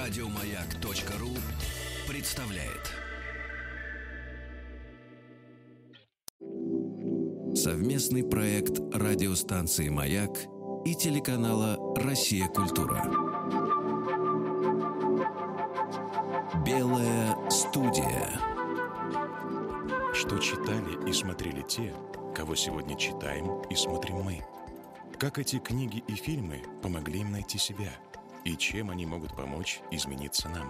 Радиомаяк.ру представляет. Совместный проект радиостанции «Маяк» и телеканала «Россия. Культура». Белая студия. Что читали и смотрели те, кого сегодня читаем и смотрим мы? Как эти книги и фильмы помогли им найти себя? И чем они могут помочь измениться нам?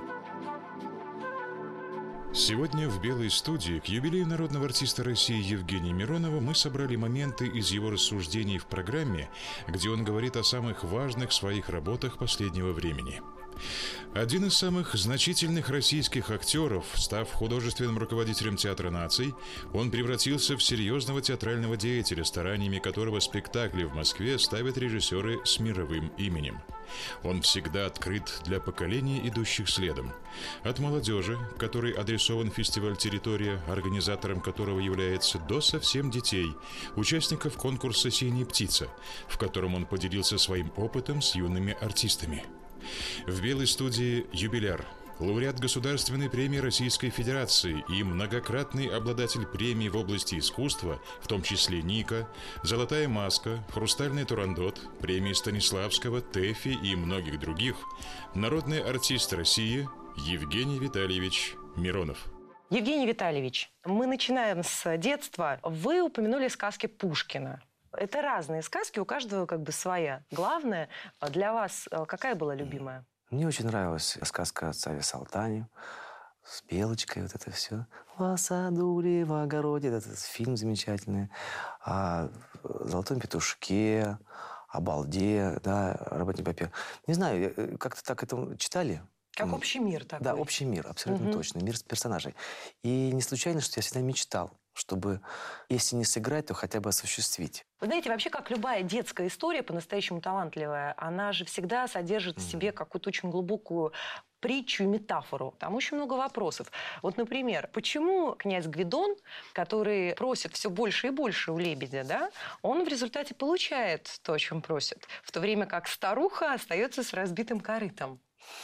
Сегодня в «Белой студии» к юбилею народного артиста России Евгения Миронова мы собрали моменты из его рассуждений в программе, где он говорит о самых важных своих работах последнего времени. Один из самых значительных российских актеров, став художественным руководителем Театра наций, он превратился в серьезного театрального деятеля, стараниями которого спектакли в Москве ставят режиссеры с мировым именем. Он всегда открыт для поколений, идущих следом. От молодежи, которой адресован фестиваль «Территория», организатором которого является, до совсем детей, участников конкурса «Синяя птица», в котором он поделился своим опытом с юными артистами. В «Белой студии» юбиляр, лауреат Государственной премии Российской Федерации и многократный обладатель премий в области искусства, в том числе «Ника», «Золотая маска», «Хрустальный турандот», премии Станиславского, ТЭФИ и многих других, народный артист России Евгений Витальевич Миронов. Евгений Витальевич, мы начинаем с детства. Вы упомянули сказки Пушкина. Это разные сказки, у каждого как бы своя. Главное, для вас какая была любимая? Мне очень нравилась сказка о царе Салтане с Белочкой, вот это все. В саду ли в огороде, этот фильм замечательный. О Золотом петушке, о балде, да, работник попе. Не знаю, как-то так это читали? Как общий мир такой. Да, общий мир, абсолютно точно. Мир персонажей. И не случайно, что я всегда мечтал, чтобы, если не сыграть, то хотя бы осуществить. Вы знаете, вообще, как любая детская история, по-настоящему талантливая, она же всегда содержит в себе какую-то очень глубокую притчу и метафору. Там очень много вопросов. Вот, например, почему князь Гвидон, который просит все больше и больше у лебедя, да, он в результате получает то, о чем просит, в то время как старуха остается с разбитым корытом?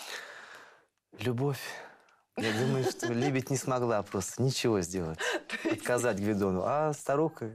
Любовь. Я думаю, что лебедь не смогла просто ничего сделать. Отказать Гвидону. А старуха...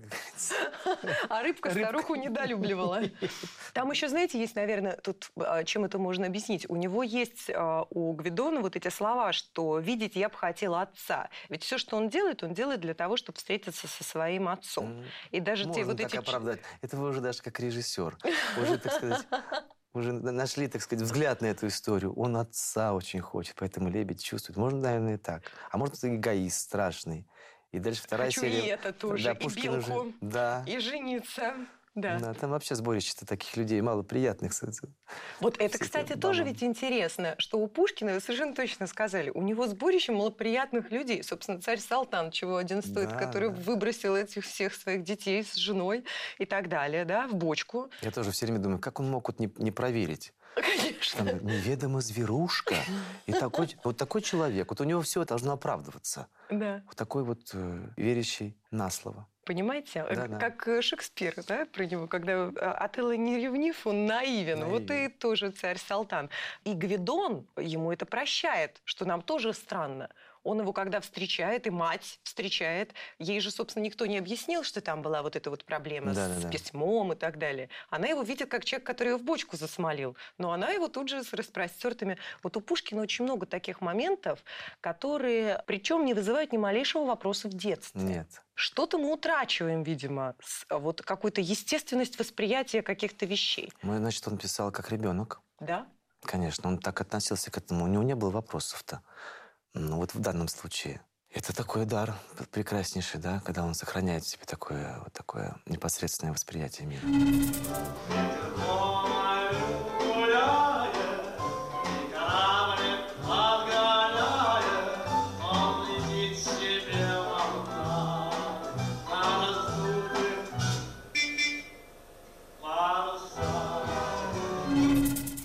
А рыбка старуху недолюбливала. Там еще, знаете, есть, наверное, тут чем это можно объяснить. У него есть, у Гвидона вот эти слова, что «видеть я бы хотела отца». Ведь все, что он делает для того, чтобы встретиться со своим отцом. И даже можно те вот так эти... оправдать. Это вы уже даже как режиссер. Уже, так сказать... Уже нашли, так сказать, взгляд на эту историю. Он отца очень хочет, поэтому лебедь чувствует. Можно, наверное, и так. А может, это эгоист страшный. И дальше вторая Хочу серия... и это тоже, да, и Пушкин белку, уже... да. и жениться. Да. Да, там вообще сборище таких людей малоприятных. Вот это, кстати, тоже ведь интересно, что у Пушкина, вы совершенно точно сказали, у него сборище малоприятных людей. Собственно, царь Салтан, чего один стоит, который выбросил этих всех своих детей с женой и так далее, да, в бочку. Я тоже все время думаю, как он мог вот не проверить? Конечно. Там, неведомо зверушка. И вот такой человек, вот у него все должно оправдываться. Да. Вот такой вот верящий на слово. Понимаете? Да. Как Шекспир, да, про него, когда Отелло не ревнив, он наивен. Вот и тоже царь Салтан. И Гвидон ему это прощает, что нам тоже странно. Он его когда встречает, и мать встречает, ей же, собственно, никто не объяснил, что там была вот эта вот проблема с письмом и так далее. Она его видит как человек, который ее в бочку засмолил. Но она его тут же с распростертыми... Вот у Пушкина очень много таких моментов, которые, причем, не вызывают ни малейшего вопроса в детстве. Нет. Что-то мы утрачиваем, видимо, вот какую-то естественность восприятия каких-то вещей. Значит, он писал как ребенок. Да? Конечно, он так относился к этому. У него не было вопросов-то. Ну, вот в данном случае. Это такой дар прекраснейший, да, когда он сохраняет в себе такое непосредственное восприятие мира.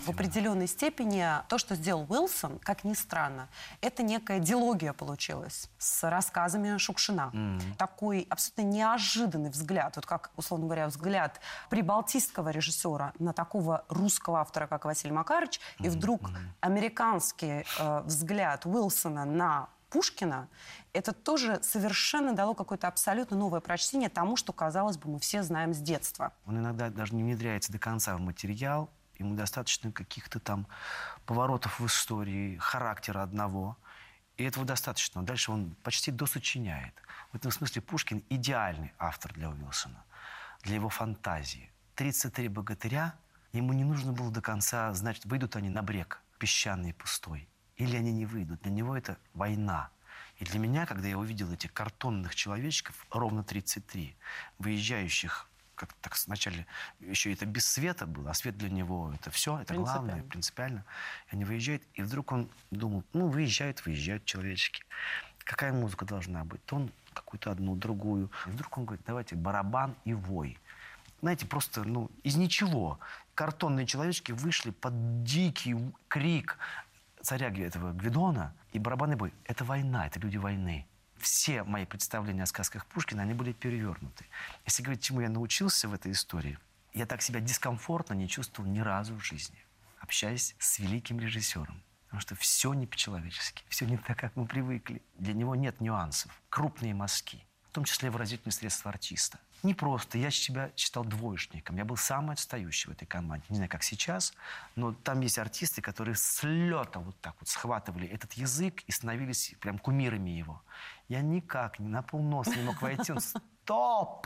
в определенной степени то, что сделал Уилсон, как ни странно, это некая дилогия получилась с рассказами Шукшина. Такой абсолютно неожиданный взгляд, вот как, условно говоря, взгляд прибалтийского режиссера на такого русского автора, как Василий Макарыч, и вдруг американский взгляд Уилсона на Пушкина, это тоже совершенно дало какое-то абсолютно новое прочтение тому, что, казалось бы, мы все знаем с детства. Он иногда даже не внедряется до конца в материал. Ему достаточно каких-то там поворотов в истории, характера одного. И этого достаточно. Дальше он почти досочиняет. В этом смысле Пушкин идеальный автор для Уилсона, для его фантазии. 33 богатыря, ему не нужно было до конца знать, выйдут они на брег, песчаный и пустой, или они не выйдут. Для него это война. И для меня, когда я увидел этих картонных человечков, ровно 33, выезжающих, как так вначале еще это без света было, а свет для него это все, это главное, принципиально. И они выезжают, и вдруг он думал, ну, выезжают человечки. Какая музыка должна быть? То он какую-то одну, другую. И вдруг он говорит, давайте барабан и вой. Знаете, просто, ну, из ничего. Картонные человечки вышли под дикий крик царя этого Гвидона, и барабанный бой. Это война, это люди войны. Все мои представления о сказках Пушкина, они были перевернуты. Если говорить, чему я научился в этой истории, я так себя дискомфортно не чувствовал ни разу в жизни, общаясь с великим режиссером. Потому что все не по-человечески, все не так, как мы привыкли. Для него нет нюансов, крупные мазки, в том числе выразительные средства артиста. Не просто. Я себя считал двоечником. Я был самый отстающий в этой команде. Не знаю, как сейчас, но там есть артисты, которые с лета вот так вот схватывали этот язык и становились прям кумирами его. Я никак на полноса не мог войти. Он стоп!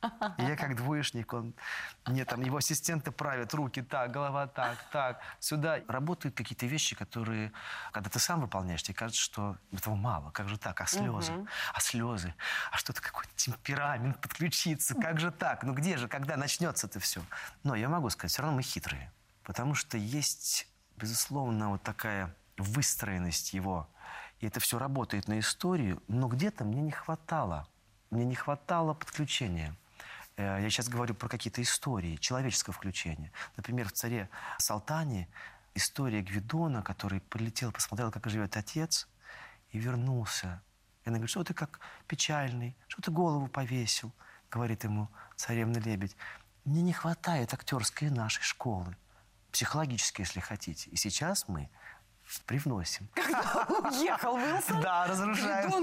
И я как двоечник, мне там его ассистенты правят, руки так, голова так, сюда. Работают какие-то вещи, которые, когда ты сам выполняешь, тебе кажется, что этого мало. Как же так? А слезы? А слезы? А что-то какой-то темперамент подключиться? Как же так? Ну где же, когда начнется это все? Но я могу сказать, все равно мы хитрые. Потому что есть, безусловно, вот такая выстроенность его. И это все работает на историю, но где-то мне не хватало. Мне не хватало подключения. Я сейчас говорю про какие-то истории, человеческого включения. Например, в «Царе Салтане» история Гвидона, который полетел, посмотрел, как живет отец, и вернулся. И она говорит, что ты как печальный, что ты голову повесил, говорит ему царевна-лебедь. Мне не хватает актерской нашей школы, психологической, если хотите. И сейчас мы привносим. Когда уехал Уилсон? Да, разрушаем. Гвидон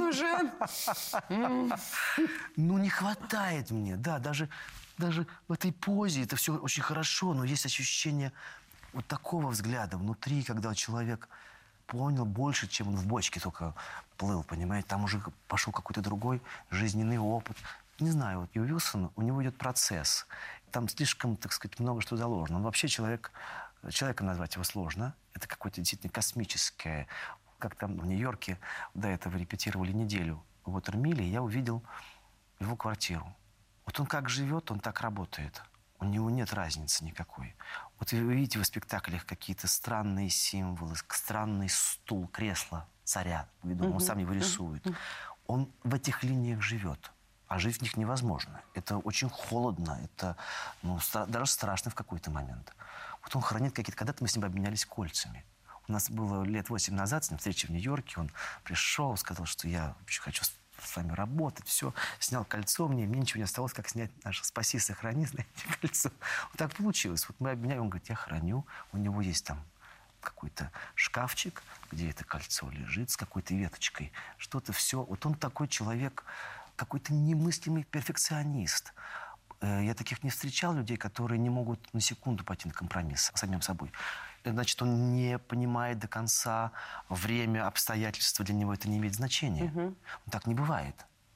уже... Ну, не хватает мне, да, даже в этой позе это все очень хорошо, но есть ощущение вот такого взгляда внутри, когда человек понял больше, чем он в бочке только плыл, понимаете, там уже пошел какой-то другой жизненный опыт. Не знаю, вот и у Уилсона, у него идет процесс, там слишком, так сказать, много что заложено. Он вообще человеком назвать его сложно, это какое-то действительно космическое. Как там в Нью-Йорке до этого репетировали неделю в Уотермилле, я увидел его квартиру. Вот он как живет, он так работает. У него нет разницы никакой. Вот вы видите в спектаклях какие-то странные символы, странный стул, кресло царя. Он сам его рисует. Он в этих линиях живет. А жить в них невозможно. Это очень холодно, это даже страшно в какой-то момент. Вот он хранит какие-то... Когда-то мы с ним обменялись кольцами. У нас было лет 8 назад с ним встреча в Нью-Йорке. Он пришел, сказал, что я вообще хочу с вами работать. Все, снял кольцо мне ничего не оставалось, как снять наше «Спаси, сохрани», знаете, кольцо. Вот так получилось. Вот мы обменяли, он говорит, я храню. У него есть там какой-то шкафчик, где это кольцо лежит, с какой-то веточкой. Что-то все. Вот он такой человек, какой-то немыслимый перфекционист. Я таких не встречал, людей, которые не могут на секунду пойти на компромисс с самим собой. Значит, он не понимает до конца время, обстоятельства. Для него это не имеет значения. Так не бывает.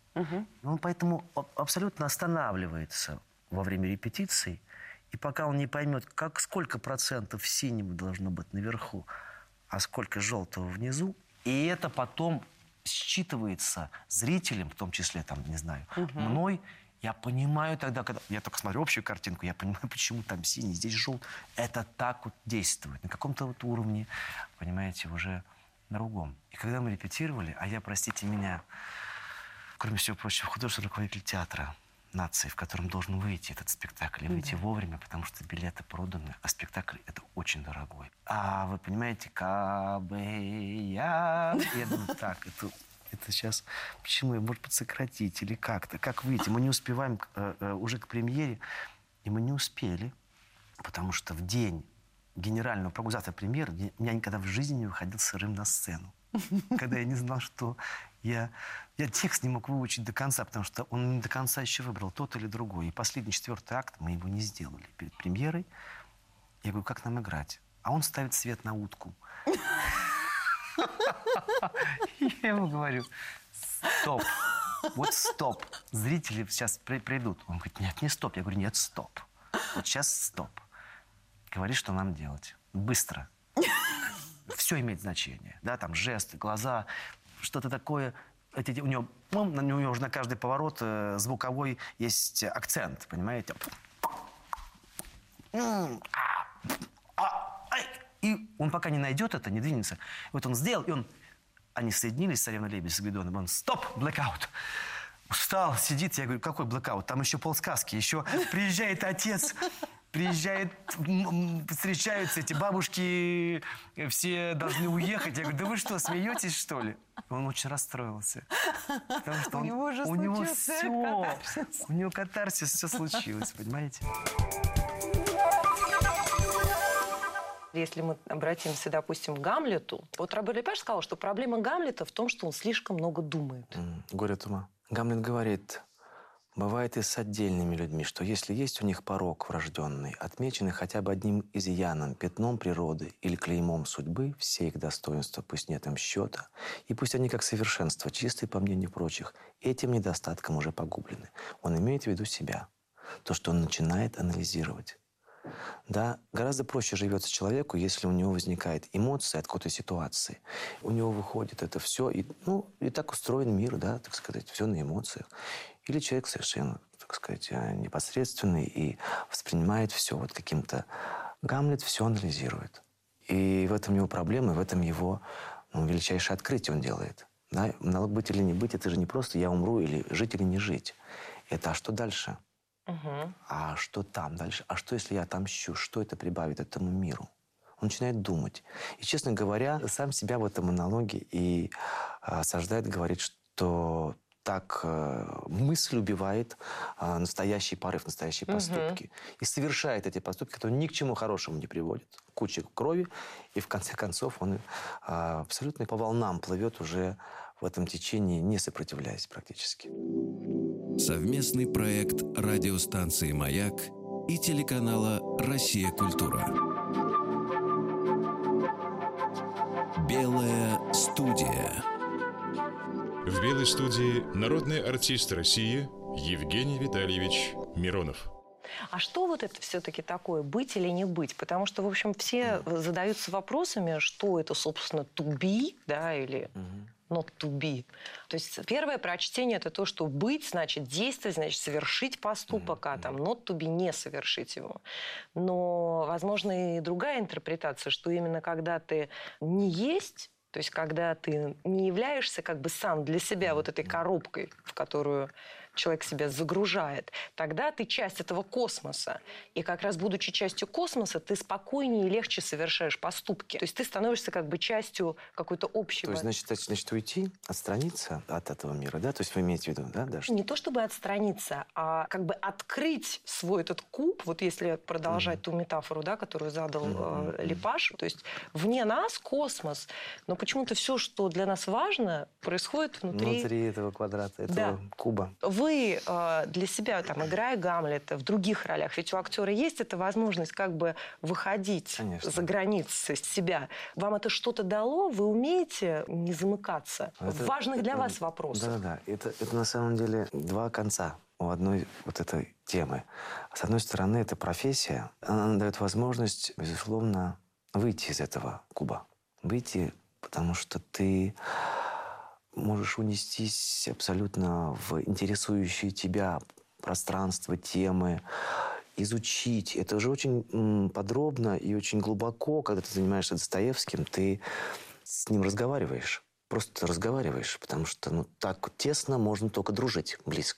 Он поэтому абсолютно останавливается во время репетиций. И пока он не поймет, сколько процентов синего должно быть наверху, а сколько желтого внизу, и это потом считывается зрителем, в том числе, там, не знаю, мной. Я понимаю тогда, когда я только смотрю общую картинку, я понимаю, почему там синий, здесь желтый. Это так вот действует. На каком-то вот уровне, понимаете, уже на другом. И когда мы репетировали, а я, простите меня, кроме всего прочего, художественный руководитель театра, нации, в котором должен выйти этот спектакль. И выйти вовремя, потому что билеты проданы, а спектакль — это очень дорогой. А вы понимаете, я думаю, так, это сейчас... Почему? Может быть, сократить или как-то? Как выйти? Мы не успеваем уже к премьере. И мы не успели, потому что в день генерального программы, завтра премьера, я никогда в жизни не выходил сырым на сцену. Когда я не знал, что я текст не мог выучить до конца, потому что он не до конца еще выбрал тот или другой. И последний 4-й акт мы его не сделали перед премьерой. Я говорю, как нам играть? А он ставит свет на утку. Я ему говорю, стоп. Вот стоп. Зрители сейчас придут. Он говорит, нет, не стоп. Я говорю, нет, стоп. Вот сейчас стоп. Говори, что нам делать. Быстро. Все имеет значение. Да, там жесты, глаза, что-то такое. У него уже на каждый поворот звуковой есть акцент, понимаете? И он пока не найдет это, не двинется. Вот он сделал, и они соединились, Царевна Лебедь с Гвидоном. Он, стоп, блэкаут. Встал, сидит, я говорю, какой блэкаут? Там еще полсказки. Еще приезжает отец, встречаются эти бабушки, все должны уехать. Я говорю, да вы что, смеетесь, что ли? Он очень расстроился. Потому что у него все, у него катарсис, все случилось, понимаете? Если мы обратимся, допустим, к Гамлету, вот Робер Лепаж сказал, что проблема Гамлета в том, что он слишком много думает. Горе от ума. Гамлет говорит, бывает и с отдельными людьми, что если есть у них порок врожденный, отмеченный хотя бы одним изъяном, пятном природы или клеймом судьбы, все их достоинства пусть нет им счета, и пусть они как совершенство, чистые по мнению прочих, этим недостатком уже погублены. Он имеет в виду себя, то, что он начинает анализировать. Да, гораздо проще живется человеку, если у него возникает эмоция от какой-то ситуации. У него выходит это все, и так устроен мир, да, так сказать, все на эмоциях. Или человек совершенно, так сказать, непосредственный и воспринимает все вот каким-то... Гамлет все анализирует. И в этом его проблема, и в этом его величайшее открытие он делает. Да? Монолог «Быть или не быть» — это же не просто «я умру» или «жить или не жить». Это «а что дальше?» А что там дальше? А что, если я отомщу? Что это прибавит этому миру? Он начинает думать. И, честно говоря, сам себя в этом монологе и осаждает, говорит, что так мысль убивает настоящий порыв, настоящие поступки. И совершает эти поступки, которые ни к чему хорошему не приводят. Куча крови. И в конце концов он абсолютно по волнам плывет уже в этом течении, не сопротивляясь практически. Совместный проект радиостанции «Маяк» и телеканала «Россия. Культура». Белая студия. В «Белой студии» народный артист России Евгений Витальевич Миронов. А что вот это все-таки такое, быть или не быть? Потому что, в общем, все задаются вопросами, что это, собственно, to be, да, или not to be. То есть первое прочтение – это то, что быть значит действовать, значит совершить поступок, а там not to be – не совершить его. Но, возможно, и другая интерпретация, что именно когда ты не есть, то есть когда ты не являешься как бы сам для себя вот этой коробкой, в которую человек себя загружает, тогда ты часть этого космоса. И как раз будучи частью космоса, ты спокойнее и легче совершаешь поступки. То есть ты становишься как бы частью какой-то общего... То есть, значит, уйти, отстраниться от этого мира, да? То есть вы имеете в виду, да, Даша? Не то чтобы отстраниться, а как бы открыть свой этот куб, вот если продолжать ту метафору, да, которую задал Лепаж. То есть вне нас космос, но почему-то все, что для нас важно, происходит внутри этого квадрата, этого куба. Вы для себя, там, играя Гамлета, в других ролях, ведь у актера есть эта возможность как бы выходить за границы себя. Вам это что-то дало? Вы умеете не замыкаться в важных для вас вопросах? Да. Это на самом деле два конца у одной вот этой темы. С одной стороны, это профессия. Она дает возможность, безусловно, выйти из этого куба. Выйти, потому что ты можешь унестись абсолютно в интересующие тебя пространство, темы, изучить. Это уже очень подробно и очень глубоко, когда ты занимаешься Достоевским, ты с ним разговариваешь. Просто разговариваешь, потому что так тесно можно только дружить близко.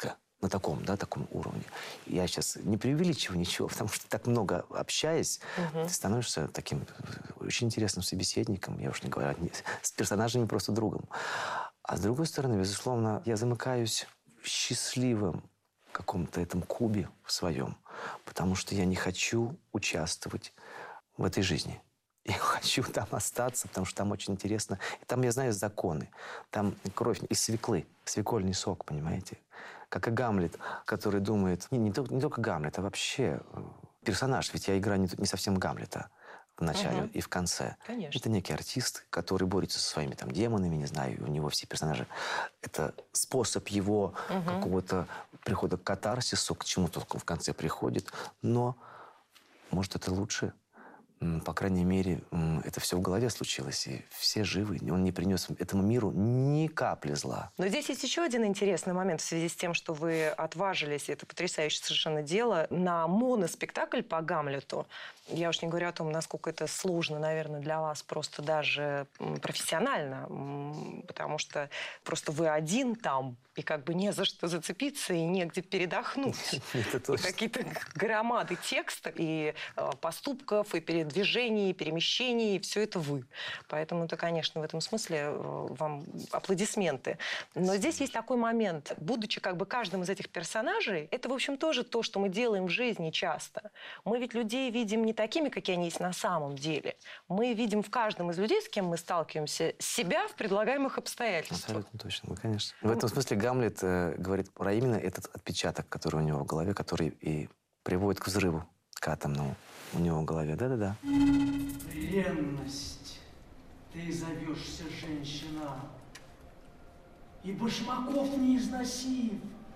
на таком уровне. Я сейчас не преувеличиваю ничего, потому что так много общаясь, ты становишься таким очень интересным собеседником, я уж не говорю, с персонажами просто другом. А с другой стороны, безусловно, я замыкаюсь в счастливом каком-то этом кубе в своем, потому что я не хочу участвовать в этой жизни. Я хочу там остаться, потому что там очень интересно. И там я знаю законы. Там кровь из свеклы, свекольный сок, понимаете? Как и Гамлет, который думает... Не только Гамлет, а вообще персонаж. Ведь я играю не совсем Гамлета в начале и в конце. Конечно. Это некий артист, который борется со своими там демонами, не знаю, и у него все персонажи. Это способ его какого-то прихода к катарсису, к чему только в конце приходит. Но, может, это лучше. По крайней мере, это все в голове случилось, и все живы. Он не принес этому миру ни капли зла. Но здесь есть еще один интересный момент в связи с тем, что вы отважились, это потрясающее совершенно дело, на моноспектакль по Гамлету. Я уж не говорю о том, насколько это сложно, наверное, для вас просто даже профессионально, потому что просто вы один там, и как бы не за что зацепиться, и негде передохнуть. Это точно. Какие-то громады текста, и поступков, и передвижений, и перемещений, и все это вы. Поэтому это, конечно, в этом смысле вам аплодисменты. Но здесь есть такой момент. Будучи как бы каждым из этих персонажей, это, в общем, тоже то, что мы делаем в жизни часто. Мы ведь людей видим не такими, какие они есть на самом деле. Мы видим в каждом из людей, с кем мы сталкиваемся, себя в предлагаемых обстоятельствах. Абсолютно точно, ну, конечно. В этом смысле Гамлет говорит про именно этот отпечаток, который у него в голове, который и приводит к взрыву, к атомному у него в голове. Да-да-да. Бренность, ты зовешься женщина, и башмаков не износив,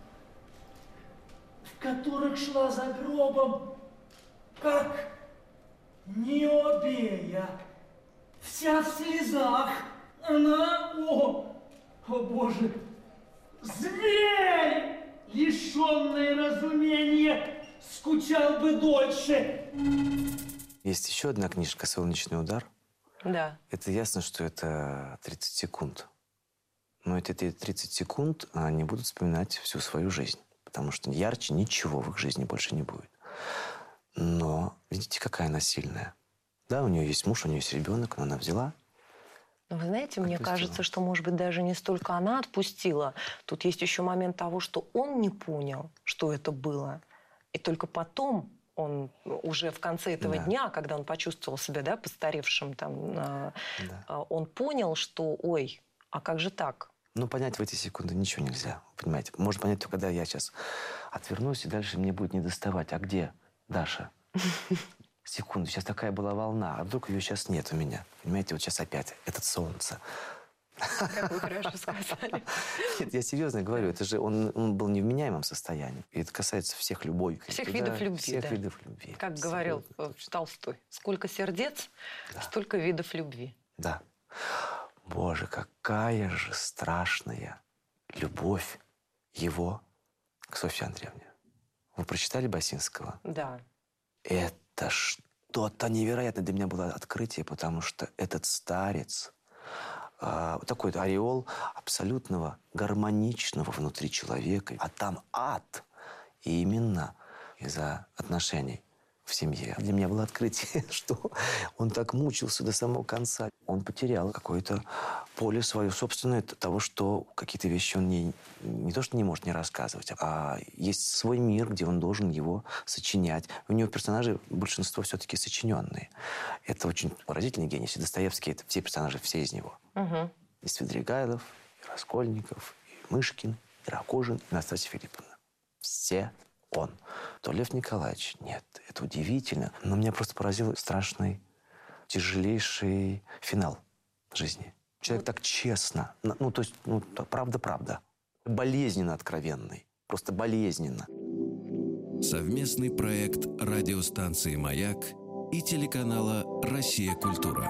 в которых шла за гробом, как Необея, вся в слезах. Она, о Боже, зверь, лишенный разумения, скучал бы дольше. Есть еще одна книжка «Солнечный удар». Да. Это ясно, что это 30 секунд. Но эти 30 секунд они будут вспоминать всю свою жизнь. Потому что ярче ничего в их жизни больше не будет. Но видите, какая она сильная. Да, у нее есть муж, у нее есть ребенок, но она взяла. Вы знаете, мне кажется, что, может быть, даже не столько она отпустила. Тут есть еще момент того, что он не понял, что это было. И только потом он уже в конце этого дня, когда он почувствовал себя, постаревшим, он понял, что, ой, а как же так? Ну, понять в эти секунды ничего нельзя, понимаете. Можно понять только, когда я сейчас отвернусь, и дальше мне будет не доставать. А где Даша? Секунду, сейчас такая была волна, а вдруг ее сейчас нет у меня. Понимаете, вот сейчас опять это солнце. Как вы хорошо сказали. Нет, я серьезно говорю, это же он был в невменяемом состоянии. И это касается всех любовей. Всех видов любви, всех видов любви. Как говорил Толстой, сколько сердец, столько видов любви. Да. Боже, какая же страшная любовь его к Софье Андреевне. Вы прочитали Басинского? Да. Это что-то невероятное для меня было открытие, потому что этот старец, такой ореол абсолютного гармоничного внутри человека, а там ад. И именно из-за отношений в семье. Для меня было открытие, что он так мучился до самого конца. Он потерял какое-то поле свое собственное того, что какие-то вещи он не то, что не может не рассказывать, а есть свой мир, где он должен его сочинять. У него персонажи, большинство все-таки сочиненные. Это очень поразительный гений. Если Достоевский, это все персонажи, все из него. И Свидригайлов, и Раскольников, и Мышкин, и Рогожин, и Настасья Филипповна. Все он. То Лев Николаевич. Нет, это удивительно. Но меня просто поразил страшный, тяжелейший финал жизни. Человек так честно, правда. Болезненно откровенный. Просто болезненно. Совместный проект радиостанции «Маяк» и телеканала «Россия. Культура».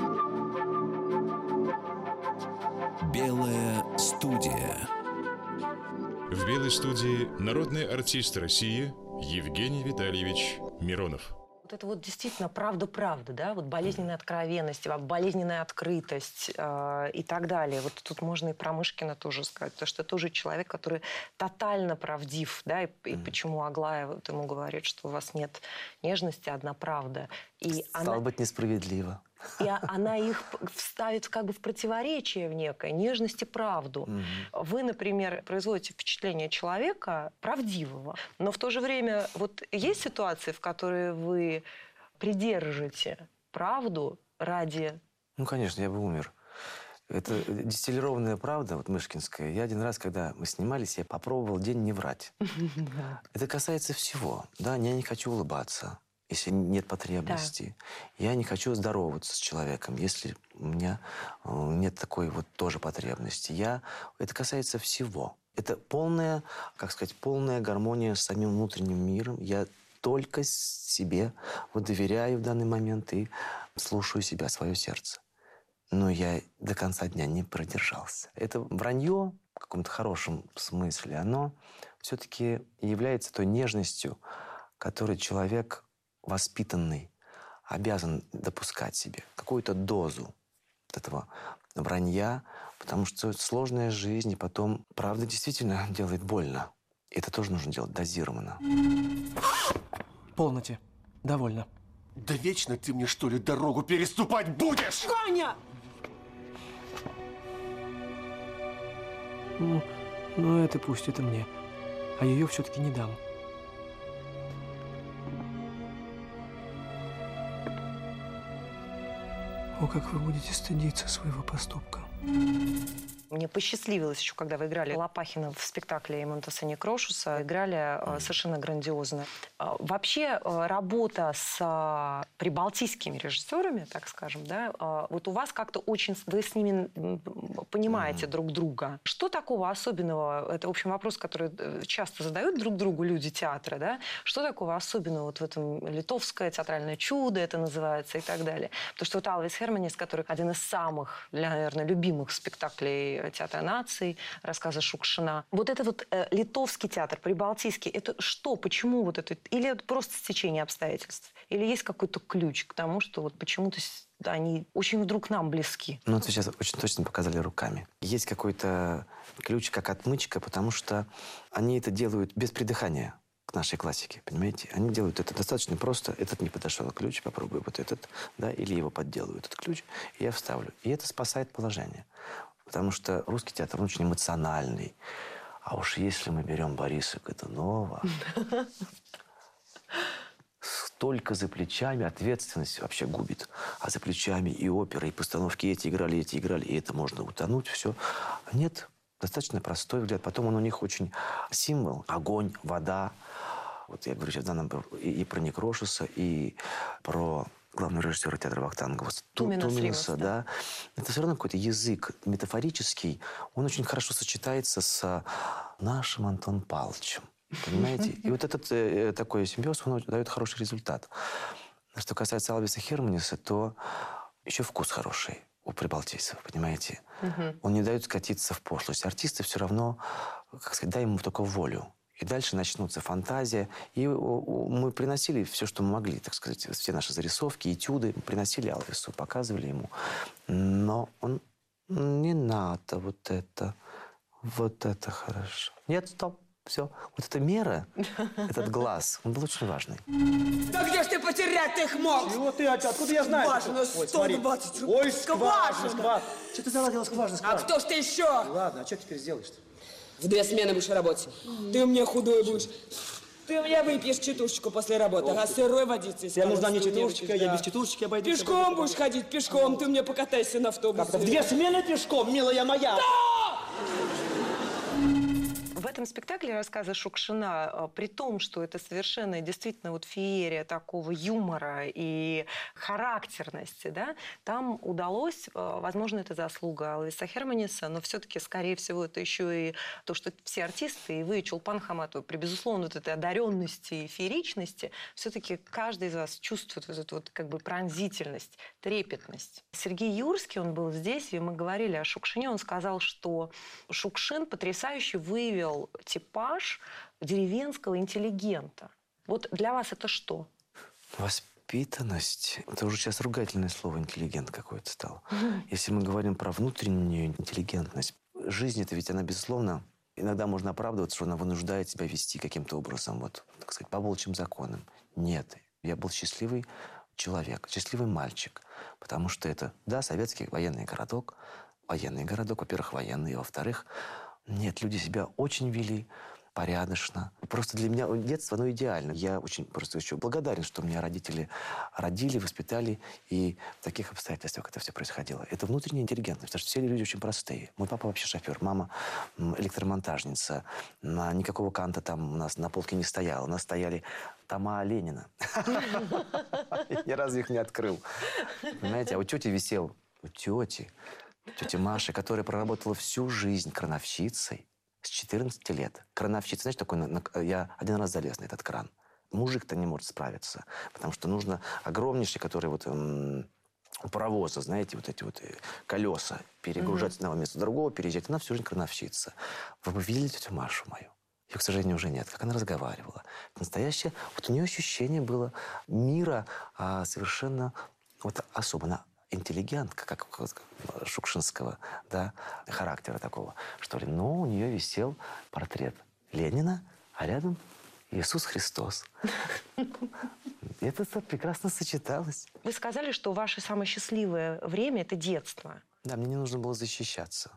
Белая студия. В «Белой студии» народный артист России Евгений Витальевич Миронов. Вот это вот действительно правда-правда, да, вот болезненная откровенность, болезненная открытость и так далее. Вот тут можно и про Мышкина тоже сказать, потому что это тоже человек, который тотально правдив, да, и почему Аглая вот ему говорит, что у вас нет нежности, одна правда. И Стало быть, несправедливо. И она их вставит как бы в противоречие в некое, нежность и правду. Вы, например, производите впечатление человека правдивого, но в то же время вот есть ситуации, в которые вы придержите правду ради... Ну, конечно, я бы умер. Это дистиллированная правда, вот мышкинская. Я один раз, когда мы снимались, я попробовал день не врать. Это касается всего. Да, я не хочу улыбаться, если нет потребности. Да. Я не хочу здороваться с человеком, если у меня нет такой вот тоже потребности. Это касается всего. Это полная, как сказать, полная гармония с самим внутренним миром. Я только себе вот доверяю в данный момент и слушаю себя, свое сердце. Но я до конца дня не продержался. Это вранье в каком-то хорошем смысле, оно все-таки является той нежностью, которую человек воспитанный обязан допускать себе. Какую-то дозу этого вранья, потому что сложная жизнь, и потом правда действительно делает больно. И это тоже нужно делать дозированно. Полноте. Довольно. Да вечно ты мне, что ли, дорогу переступать будешь? Ваня! Ну это пусть, это мне. А ее все-таки не дам. О, как вы будете стыдиться своего поступка. Мне посчастливилось еще, когда вы играли Лопахина в спектакле Монтесини Крошуса, играли совершенно грандиозно. Вообще работа с прибалтийскими режиссерами, так скажем, да, вот у вас как-то очень... Вы с ними понимаете друг друга. Что такого особенного? Это, в общем, вопрос, который часто задают друг другу люди театра, да? Что такого особенного вот в этом литовское театральное чудо, это называется, и так далее? Потому что вот Алвис Херманис, который один из самых, наверное, любимых спектаклей театра наций, рассказы Шукшина. Вот это вот литовский театр, прибалтийский, это что, почему вот это? Или это просто стечение обстоятельств? Или есть какой-то ключ к тому, что вот почему-то они очень вдруг нам близки? Ну, это сейчас очень точно показали руками. Есть какой-то ключ, как отмычка, потому что они это делают без придыхания к нашей классике, понимаете? Они делают это достаточно просто. Этот не подошел ключ, попробую вот этот, да, или его подделаю, этот ключ, и я вставлю. И это спасает положение. Потому что русский театр очень эмоциональный. А уж если мы берем Бориса Годунова, столько за плечами, ответственность вообще губит. А за плечами и опера, и постановки эти играли, и это можно утонуть, все. Нет, достаточно простой взгляд. Потом он у них очень символ. Огонь, вода. Вот я говорю сейчас и про Некрошуса, и про главного режиссера театра Вахтангова Туминаса, да. Это все равно какой-то язык метафорический. Он очень хорошо сочетается с нашим Антоном Павловичем. Понимаете? И вот этот такой симбиоз, он дает хороший результат. Что касается Алвиса Херманиса, то еще вкус хороший у прибалтийцев, понимаете? Он не дает скатиться в пошлость. Артисты все равно, как сказать, дай ему только волю. И дальше начнутся фантазия. И мы приносили все, что мы могли, так сказать, все наши зарисовки, этюды. Приносили Алвису, показывали ему. Но он... Не надо вот это. Вот это хорошо. Нет, стоп. Все. Вот эта мера, этот глаз, он был очень важный. Да где ж ты потерять их мог? Чего ты, откуда я знаю? Скважина, 120 рублей. Ой, скважина. Что ты заладила скважина? А кто ж ты еще? Ладно, а что теперь сделаешь-то? В 2 смены будешь работать. Ты у меня худой будешь. Ты у меня выпьешь четушечку после работы, а сырой водицы. Тебе нужна не четушечка, я без четушечки обойдусь. Пешком будешь ходить, пешком. Ты у меня покатайся на автобусе. Как-то в 2 смены пешком, милая моя. Да! В этом спектакле рассказы Шукшина, при том, что это совершенно действительно вот феерия такого юмора и характерности, да, там удалось, возможно, это заслуга Алвиса Херманиса, но все-таки, скорее всего, это еще и то, что все артисты, и вы, и Чулпан Хаматова, при, безусловно, вот этой одаренности и фееричности, все-таки каждый из вас чувствует вот эту вот как бы пронзительность, трепетность. Сергей Юрский, он был здесь, и мы говорили о Шукшине, он сказал, что Шукшин потрясающе выявил типаж деревенского интеллигента. Вот для вас это что? Воспитанность. Это уже сейчас ругательное слово интеллигент какое-то стало. Если мы говорим про внутреннюю интеллигентность, жизнь это ведь она, безусловно, иногда можно оправдываться, что она вынуждает себя вести каким-то образом, вот, так сказать, по волчьим законам. Нет. Я был счастливый человек, счастливый мальчик. Потому что это, да, советский военный городок. Военный городок, во-первых, военный, а во-вторых, нет, люди себя очень вели порядочно. Просто для меня детство, оно идеально. Я очень просто еще благодарен, что меня родители родили, воспитали, и в таких обстоятельствах это все происходило. Это внутренняя интеллигентность, потому что все люди очень простые. Мой папа вообще шофер, мама электромонтажница. Никакого Канта там у нас на полке не стояло. У нас стояли тома Ленина. Я ни разу их не открыл. Понимаете, а у тети висел, у тети Маши, которая проработала всю жизнь крановщицей, с 14 лет. Крановщица, знаете, такой, я один раз залез на этот кран. Мужик-то не может справиться, потому что нужно огромнейший, который вот у паровоза, знаете, вот эти вот колеса перегружать с одного места в другого, переезжать. Она всю жизнь крановщица. Вы видели тетю Машу мою? Ее, к сожалению, уже нет. Как она разговаривала. Настоящее, вот у нее ощущение было мира совершенно вот особо. Она интеллигентка, как шукшинского, да, характера такого, что ли. Но у нее висел портрет Ленина, а рядом Иисус Христос. Это прекрасно сочеталось. Вы сказали, что ваше самое счастливое время – это детство. Да, мне не нужно было защищаться.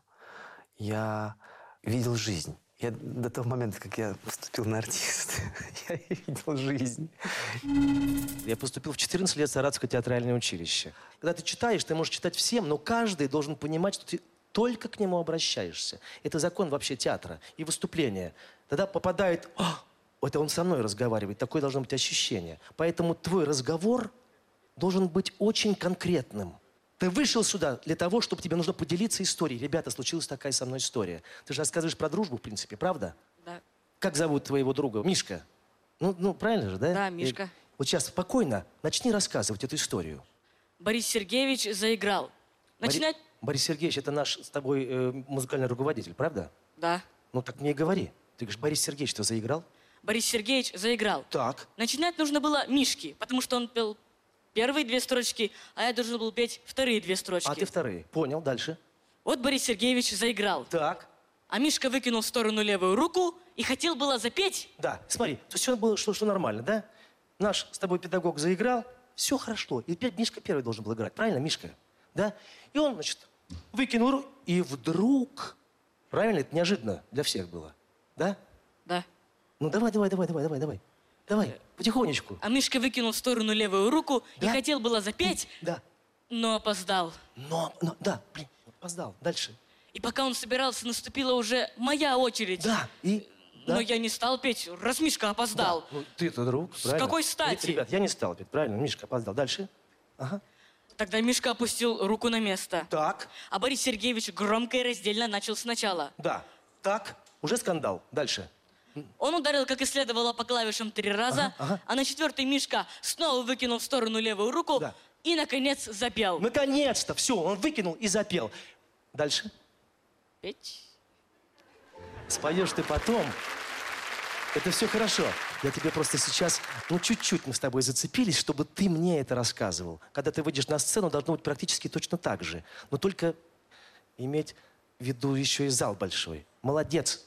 Я видел жизнь. Я до того момента, как я поступил на артиста, я видел жизнь. Я поступил в 14 лет в Саратовское театральное училище. Когда ты читаешь, ты можешь читать всем, но каждый должен понимать, что ты только к нему обращаешься. Это закон вообще театра и выступления. Тогда попадает, это он со мной разговаривает, такое должно быть ощущение. Поэтому твой разговор должен быть очень конкретным. Ты вышел сюда для того, чтобы тебе нужно поделиться историей. Ребята, случилась такая со мной история. Ты же рассказываешь про дружбу, в принципе, правда? Да. Как зовут твоего друга? Мишка. Ну, правильно же, да? Да, Мишка. Вот сейчас спокойно начни рассказывать эту историю. Борис Сергеевич заиграл. Начинать? Борис Сергеевич, это наш с тобой музыкальный руководитель, правда? Да. Ну, так мне и говори. Ты говоришь, Борис Сергеевич, что заиграл? Борис Сергеевич заиграл. Так. Начинать нужно было Мишки, потому что он пел первые 2 строчки, а я должен был петь вторые 2 строчки. А ты вторые. Понял, дальше. Вот Борис Сергеевич заиграл. Так. А Мишка выкинул в сторону левую руку и хотел было запеть. Да, смотри, то есть все было, что нормально, да? Наш с тобой педагог заиграл, все хорошо. И опять Мишка первый должен был играть, правильно, Мишка? Да? И он, значит, выкинул руку, и вдруг... Правильно? Это неожиданно для всех было. Да? Да. Ну, давай. Давай, потихонечку. А Мишка выкинул в сторону левую руку и Да? хотел было запеть, Да. но опоздал. Да, блин, опоздал. Дальше. И пока он собирался, наступила уже моя очередь. Да, и... Да? Но я не стал петь, раз Мишка опоздал. Да. Ну, ты-то друг, правильно? какой стати? Ребят, я не стал петь, правильно? Мишка опоздал. Дальше. Ага. Тогда Мишка опустил руку на место. Так. А Борис Сергеевич громко и раздельно начал сначала. Да. Так. Уже скандал. Дальше. Он ударил, как и следовало, по клавишам 3 раза, а на 4-й Мишка снова выкинул в сторону левую руку и, наконец, запел. Наконец-то! Все, он выкинул и запел. Дальше. Петь. Споешь ты потом. Это все хорошо. Я тебе просто сейчас, чуть-чуть мы с тобой зацепились, чтобы ты мне это рассказывал. Когда ты выйдешь на сцену, должно быть практически точно так же. Но только иметь в виду еще и зал большой. Молодец.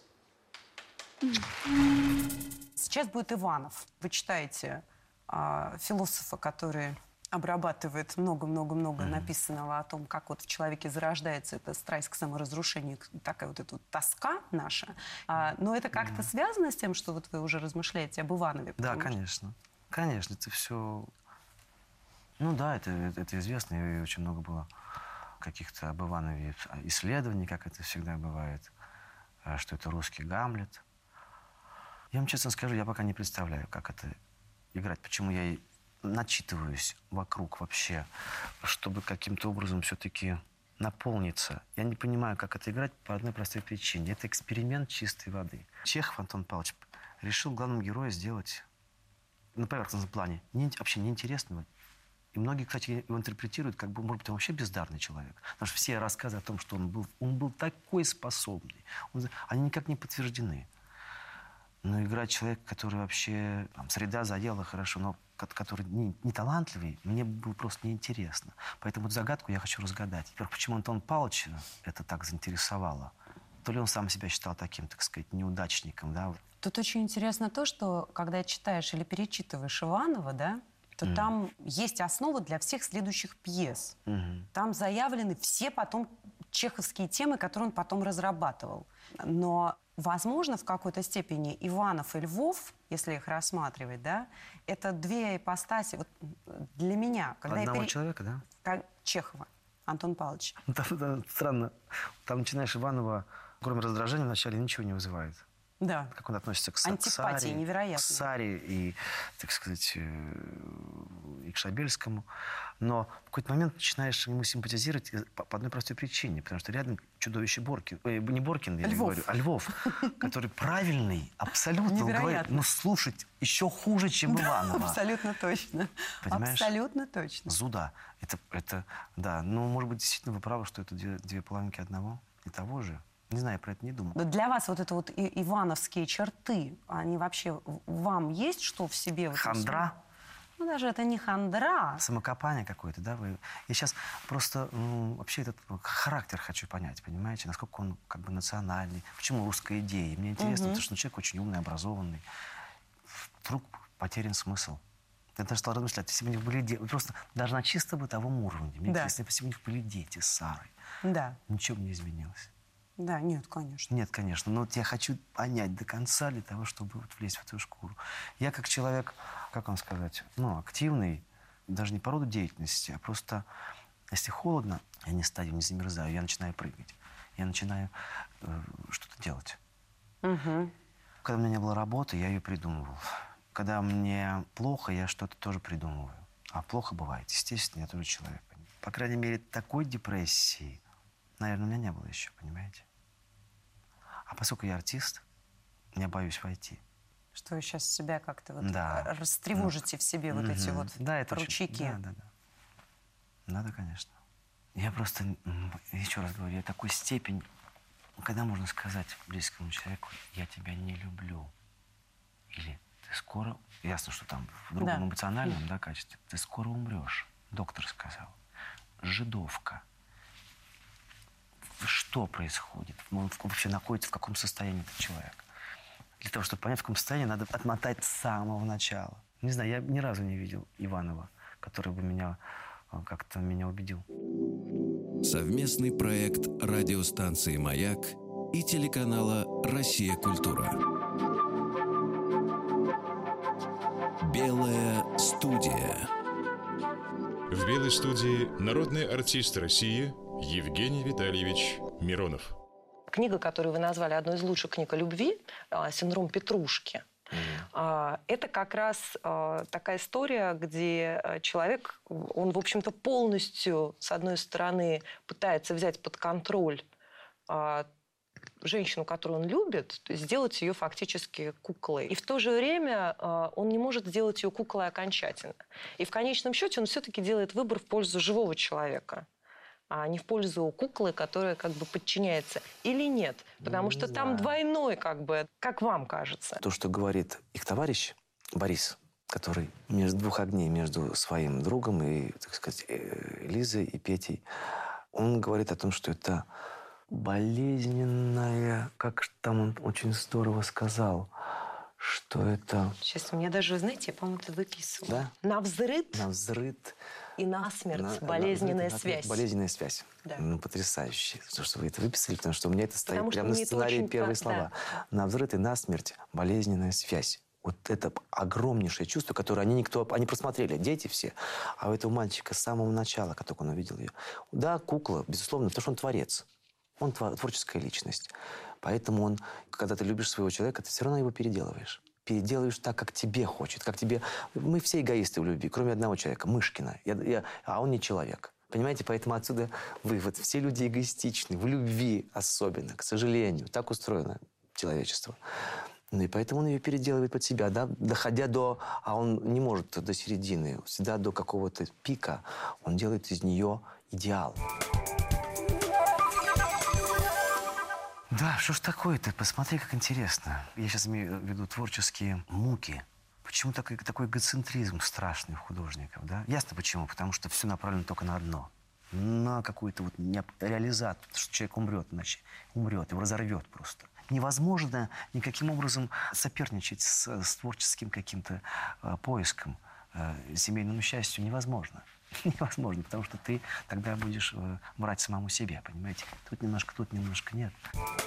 Сейчас будет Иванов. Вы читаете философа, который обрабатывает много-много-много написанного о том, как вот в человеке зарождается эта страсть к саморазрушению, такая вот эта вот тоска наша. Но это как-то связано с тем, что вот вы уже размышляете об Иванове? Да, конечно. Конечно, это все... Ну да, это известно, и очень много было каких-то об Иванове исследований, как это всегда бывает, что это русский Гамлет. Я вам честно скажу, я пока не представляю, как это играть, почему я и начитываюсь вокруг вообще, чтобы каким-то образом все-таки наполниться. Я не понимаю, как это играть по одной простой причине. Это эксперимент чистой воды. Чехов Антон Павлович решил главным героя сделать на поверхностном плане вообще неинтересного. И многие, кстати, его интерпретируют, как бы, может быть, он вообще бездарный человек. Потому что все рассказы о том, что он был такой способный, они никак не подтверждены. Но играть человека, который вообще там, среда задела хорошо, но который не талантливый, мне было просто неинтересно. Поэтому эту загадку я хочу разгадать. Во-первых, почему Антон Павлович это так заинтересовало? То ли он сам себя считал таким, так сказать, неудачником, да? Тут очень интересно то, что когда читаешь или перечитываешь Иванова, да, то там есть основа для всех следующих пьес. Там заявлены все потом чеховские темы, которые он потом разрабатывал. Но, возможно, в какой-то степени Иванов и Львов, если их рассматривать, да, это две ипостаси вот, для меня. Когда одного человека, да? Как Чехова, Антон Павлович. Там странно. Там начинаешь Иванова, кроме раздражения, вначале ничего не вызывает. Да. Как он относится к антипатии Саре, невероятно. к Саре и, так сказать, и к Шабельскому. Но в какой-то момент начинаешь ему симпатизировать по одной простой причине. Потому что рядом чудовище Боркин. Не Боркин, я говорю, а Львов. Который правильный, абсолютно. Говорит, но слушать еще хуже, чем Иванова. Абсолютно точно. Понимаешь? Абсолютно точно. Зуда. Это, да. Ну, может быть, действительно вы правы, что это две половинки одного и того же. Не знаю, я про это не думал. Но для вас вот это вот ивановские черты, они вообще вам есть что в себе? Хандра? Ну, даже это не хандра. Самокопание какое-то, да? Я сейчас просто вообще этот характер хочу понять, понимаете? Насколько он как бы национальный. Почему русская идея? Мне интересно, потому что человек очень умный, образованный. Вдруг потерян смысл. Я даже стал размышлять, если бы у них были дети, просто даже на чисто бытовом уровне. Мне интересно, если бы у них были дети с Сарой. Да. Ничего бы не изменилось. Да, нет, конечно. Нет, конечно. Но вот я хочу понять до конца для того, чтобы вот влезть в эту шкуру. Я как человек, как вам сказать, активный, даже не по роду деятельности, а просто, если холодно, я не стою, не замерзаю, я начинаю прыгать. Я начинаю что-то делать. Угу. Когда у меня не было работы, я ее придумывал. Когда мне плохо, я что-то тоже придумываю. А плохо бывает. Естественно, я тоже человек. По крайней мере, такой депрессии, наверное, у меня не было еще, понимаете? А поскольку я артист, я боюсь войти. Что вы сейчас себя как-то вот растревожите в себе вот эти вот ручейки. Да. Надо, конечно. Я просто, еще раз говорю, я такой степень, когда можно сказать близкому человеку, я тебя не люблю. Или ты скоро, ясно, что там в другом эмоциональном качестве, ты скоро умрешь. Доктор сказал. Жидовка. Что происходит? Он вообще находится в каком состоянии этот человек? Для того, чтобы понять, в каком состоянии, надо отмотать с самого начала. Не знаю, я ни разу не видел Иванова, который бы меня как-то убедил. Совместный проект радиостанции «Маяк» и телеканала «Россия. Культура». Белая студия. В «Белой студии» народный артист России Евгений Витальевич Миронов. Книга, которую вы назвали одной из лучших книг о любви, «Синдром Петрушки», это как раз такая история, где человек, он, в общем-то, полностью, с одной стороны, пытается взять под контроль женщину, которую он любит, то есть сделать ее фактически куклой. И в то же время он не может сделать ее куклой окончательно. И в конечном счете он все-таки делает выбор в пользу живого человека, а не в пользу куклы, которая как бы подчиняется. Или нет? Потому что там двойной, как вам кажется. То, что говорит их товарищ Борис, который между двух огней, между своим другом и, так сказать, Лизой и Петей, он говорит о том, что это болезненная, как там он очень здорово сказал, что это... Сейчас у меня даже, знаете, я, по-моему, это выписывала. Да? Навзрыд. Навзрыд. И насмерть. Болезненная связь. Болезненная связь. Да. Потрясающе. То, что вы это выписали, потому что у меня это стоит прямо на сценарии первые слова. Да. Навзрыд и насмерть. Болезненная связь. Вот это огромнейшее чувство, которое они просмотрели, дети все. А у этого мальчика с самого начала, как только он увидел ее. Да, кукла, безусловно, потому что он творец. Он творческая личность. Поэтому он, когда ты любишь своего человека, ты все равно его переделываешь. Переделываешь так, как тебе хочет. Как тебе... Мы все эгоисты в любви, кроме одного человека, Мышкина. А он не человек. Понимаете? Поэтому отсюда вывод. Все люди эгоистичны. В любви особенно, к сожалению. Так устроено человечество. Ну и поэтому он ее переделывает под себя, да? Доходя до... А он не может до середины. Всегда до какого-то пика. Он делает из нее идеал. Да, что ж такое? Ты посмотри, как интересно. Я сейчас имею в виду творческие муки. Почему такой эгоцентризм страшный у художников, да? Ясно почему. Потому что все направлено только на одно. На какую-то вот реализацию. Что человек умрет, иначе умрет, его разорвет просто. Невозможно никаким образом соперничать с творческим каким-то поиском. Семейному счастью невозможно. Невозможно, потому что ты тогда будешь врать самому себе, понимаете? Тут немножко нет.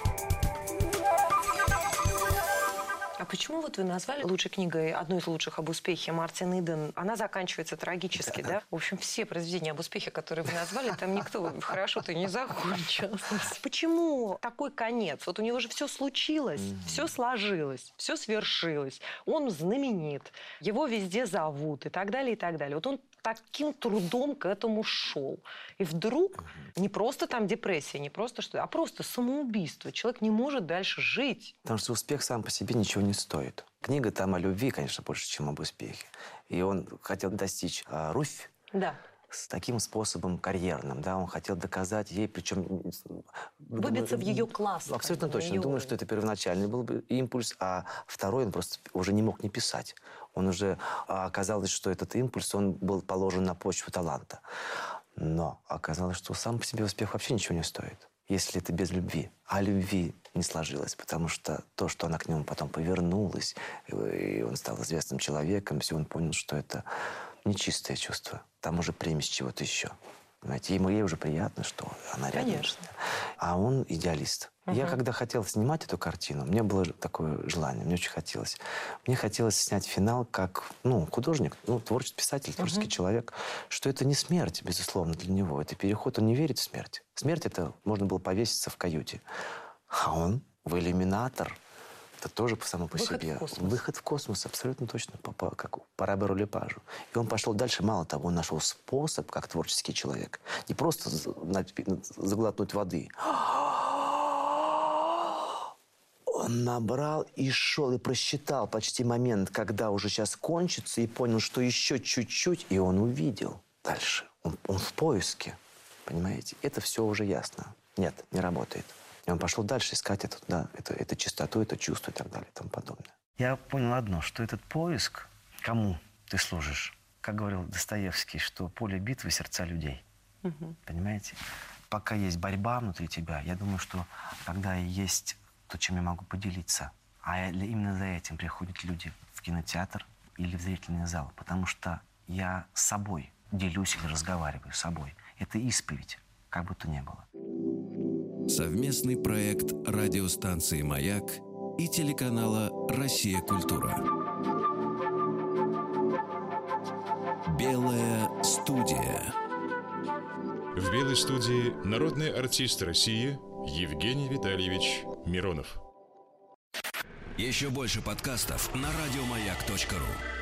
А почему вот вы назвали лучшей книгой, одной из лучших об успехе, Мартин Иден? Она заканчивается трагически, да? В общем, все произведения об успехе, которые вы назвали, там никто хорошо-то не закончил. Почему такой конец? Вот у него же все случилось, все сложилось, все свершилось. Он знаменит, его везде зовут и так далее, и так далее. Вот он таким трудом к этому шел. И вдруг не просто там депрессия, не просто что, а просто самоубийство. Человек не может дальше жить. Потому что успех сам по себе ничего не стоит. Книга там о любви, конечно, больше, чем об успехе. И он хотел достичь Руфь. Да. С таким способом карьерным, да, он хотел доказать ей, причем... Выбиться в ее класс. Абсолютно точно. Думаю, что это первоначальный был бы импульс, а второй он просто уже не мог не писать. Он уже... Оказалось, что этот импульс, он был положен на почву таланта. Но оказалось, что сам по себе успех вообще ничего не стоит, если это без любви. А любви не сложилось, потому что то, что она к нему потом повернулась, и он стал известным человеком, все, он понял, что это нечистое чувство. Там уже примесь чего-то еще. Понимаете, ей уже приятно, что она рядом. Конечно. А он идеалист. Я когда хотел снимать эту картину, у меня было такое желание, мне очень хотелось. Мне хотелось снять финал как, художник, творческий писатель, творческий человек, что это не смерть, безусловно, для него. Это переход, он не верит в смерть. Смерть — это можно было повеситься в каюте. А он в иллюминатор. Это тоже само по себе. Выход в космос, абсолютно точно, как по Роберу Лепажу. И он пошел дальше. Мало того, он нашел способ, как творческий человек, не просто заглотнуть воды. Он набрал и шел, и просчитал почти момент, когда уже сейчас кончится, и понял, что еще чуть-чуть, и он увидел дальше. Он в поиске, понимаете? Это все уже ясно. Нет, не работает. И он пошел дальше искать эту чистоту, это чувство и так далее и тому подобное. Я понял одно, что этот поиск, кому ты служишь, как говорил Достоевский, что поле битвы — сердца людей. Понимаете? Пока есть борьба внутри тебя, я думаю, что тогда и есть то, чем я могу поделиться. А именно за этим приходят люди в кинотеатр или в зрительный зал. Потому что я с собой делюсь или разговариваю с собой. Это исповедь, как бы то ни было. Совместный проект радиостанции «Маяк» и телеканала «Россия. Культура». Белая студия. В «Белой студии» народный артист России Евгений Витальевич Миронов. Еще больше подкастов на радиомаяк.ру.